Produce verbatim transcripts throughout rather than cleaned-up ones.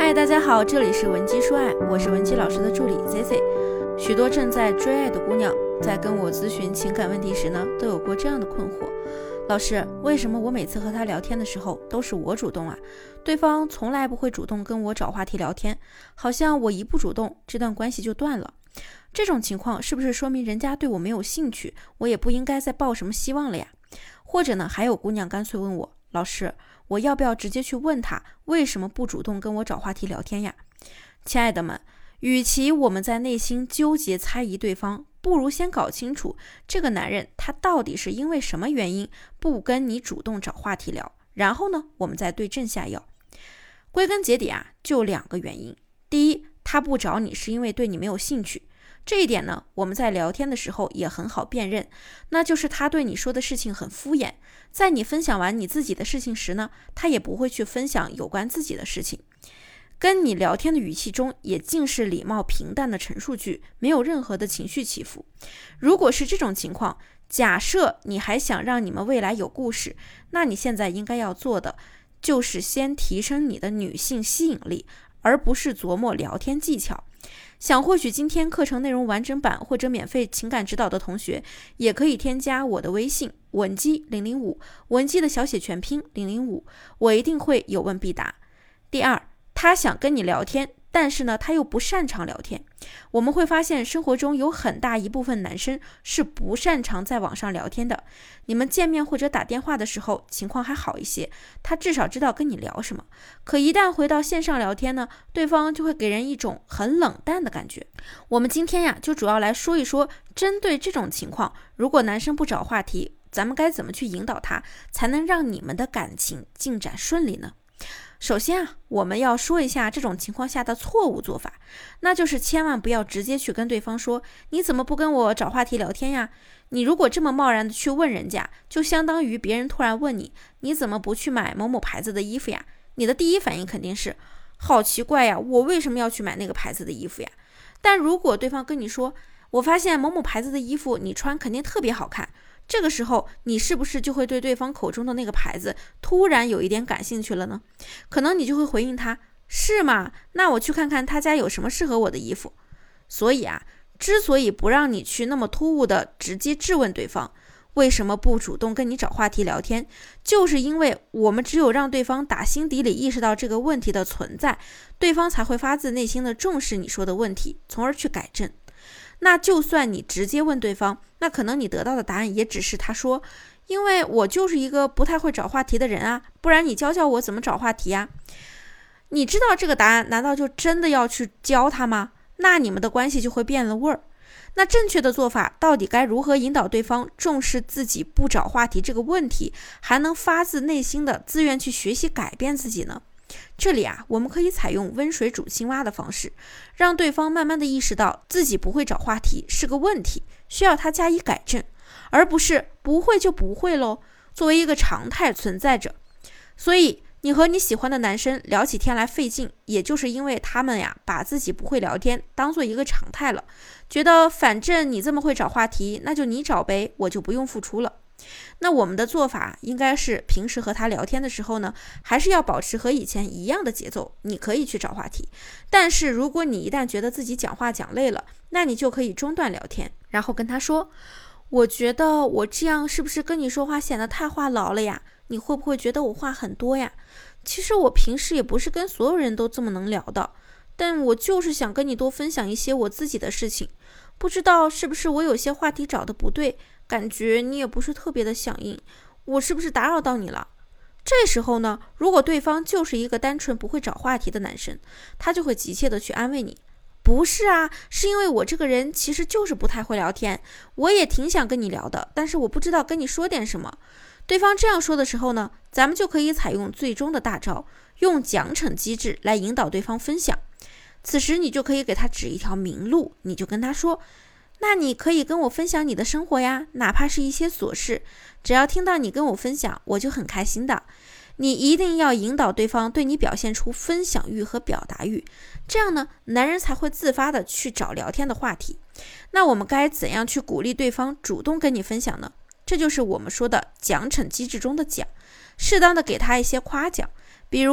嗨，大家好，这里是文姬说爱，我是文姬老师的助理 Z Z。 许多正在追爱的姑娘在跟我咨询情感问题时呢，都有过这样的困惑：老师，为什么我每次和他聊天的时候都是我主动啊？对方从来不会主动跟我找话题聊天，好像我一不主动，这段关系就断了。这种情况是不是说明人家对我没有兴趣，我也不应该再抱什么希望了呀？或者呢，还有姑娘干脆问我，老师，我要不要直接去问他为什么不主动跟我找话题聊天呀？亲爱的们，与其我们在内心纠结猜疑对方，不如先搞清楚这个男人他到底是因为什么原因不跟你主动找话题聊，然后呢，我们再对症下药。归根结底啊，就两个原因。第一，他不找你是因为对你没有兴趣，这一点呢，我们在聊天的时候也很好辨认，那就是他对你说的事情很敷衍，在你分享完你自己的事情时呢，他也不会去分享有关自己的事情，跟你聊天的语气中也尽是礼貌平淡的陈述句，没有任何的情绪起伏。如果是这种情况，假设你还想让你们未来有故事，那你现在应该要做的就是先提升你的女性吸引力，而不是琢磨聊天技巧。想获取今天课程内容完整版或者免费情感指导的同学，也可以添加我的微信文姬零零五，文姬的小写全拼零零五，我一定会有问必答。第二，他想跟你聊天，但是呢，他又不擅长聊天。我们会发现生活中有很大一部分男生是不擅长在网上聊天的。你们见面或者打电话的时候情况还好一些，他至少知道跟你聊什么。可一旦回到线上聊天呢，对方就会给人一种很冷淡的感觉。我们今天呀，就主要来说一说，针对这种情况，如果男生不找话题，咱们该怎么去引导他，才能让你们的感情进展顺利呢？首先啊，我们要说一下这种情况下的错误做法，那就是千万不要直接去跟对方说，你怎么不跟我找话题聊天呀？你如果这么贸然的去问人家，就相当于别人突然问你，你怎么不去买某某牌子的衣服呀？你的第一反应肯定是，好奇怪呀，我为什么要去买那个牌子的衣服呀？但如果对方跟你说，我发现某某牌子的衣服你穿肯定特别好看，这个时候你是不是就会对对方口中的那个牌子突然有一点感兴趣了呢？可能你就会回应他，是吗？那我去看看他家有什么适合我的衣服。所以啊，之所以不让你去那么突兀的直接质问对方为什么不主动跟你找话题聊天，就是因为我们只有让对方打心底里意识到这个问题的存在，对方才会发自内心的重视你说的问题，从而去改正。那就算你直接问对方，那可能你得到的答案也只是他说，因为我就是一个不太会找话题的人啊，不然你教教我怎么找话题啊。你知道这个答案难道就真的要去教他吗？那你们的关系就会变了味儿。那正确的做法到底该如何引导对方重视自己不找话题这个问题，还能发自内心的自愿去学习改变自己呢？这里啊，我们可以采用温水煮青蛙的方式，让对方慢慢的意识到自己不会找话题是个问题，需要他加以改正，而不是不会就不会咯，作为一个常态存在着。所以你和你喜欢的男生聊起天来费劲，也就是因为他们呀，把自己不会聊天当做一个常态了，觉得反正你这么会找话题，那就你找呗，我就不用付出了。那我们的做法应该是平时和他聊天的时候呢，还是要保持和以前一样的节奏，你可以去找话题，但是如果你一旦觉得自己讲话讲累了，那你就可以中断聊天，然后跟他说，我觉得我这样是不是跟你说话显得太话痨了呀？你会不会觉得我话很多呀？其实我平时也不是跟所有人都这么能聊的，但我就是想跟你多分享一些我自己的事情，不知道是不是我有些话题找的不对，感觉你也不是特别的响应，我是不是打扰到你了？这时候呢，如果对方就是一个单纯不会找话题的男生，他就会急切的去安慰你，不是啊，是因为我这个人其实就是不太会聊天，我也挺想跟你聊的，但是我不知道跟你说点什么。对方这样说的时候呢，咱们就可以采用最终的大招，用奖惩机制来引导对方分享。此时你就可以给他指一条明路，你就跟他说，那你可以跟我分享你的生活呀，哪怕是一些琐事，只要听到你跟我分享，我就很开心的。你一定要引导对方对你表现出分享欲和表达欲，这样呢，男人才会自发的去找聊天的话题。那我们该怎样去鼓励对方主动跟你分享呢？这就是我们说的奖惩机制中的奖，适当的给他一些夸奖，比如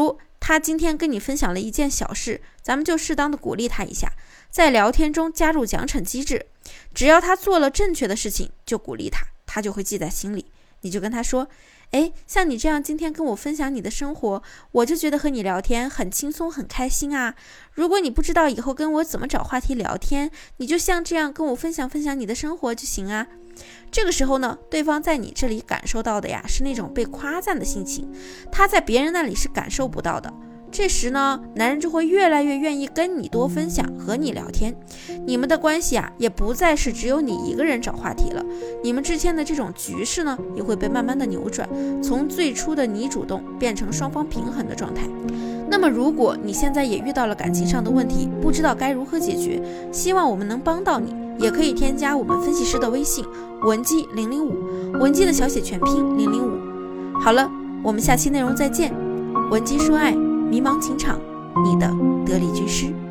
他今天跟你分享了一件小事，咱们就适当的鼓励他一下，在聊天中加入奖惩机制，只要他做了正确的事情，就鼓励他，他就会记在心里。你就跟他说，诶，像你这样今天跟我分享你的生活，我就觉得和你聊天很轻松很开心啊。如果你不知道以后跟我怎么找话题聊天，你就像这样跟我分享分享你的生活就行啊。这个时候呢，对方在你这里感受到的呀是那种被夸赞的心情，他在别人那里是感受不到的。这时呢，男人就会越来越愿意跟你多分享，和你聊天，你们的关系啊也不再是只有你一个人找话题了，你们之间的这种局势呢也会被慢慢的扭转，从最初的你主动变成双方平衡的状态。那么如果你现在也遇到了感情上的问题，不知道该如何解决，希望我们能帮到你，也可以添加我们分析师的微信文姬零零五，文姬的小写全拼零零五。好了，我们下期内容再见。文姬说爱，迷茫情场，你的得力军师。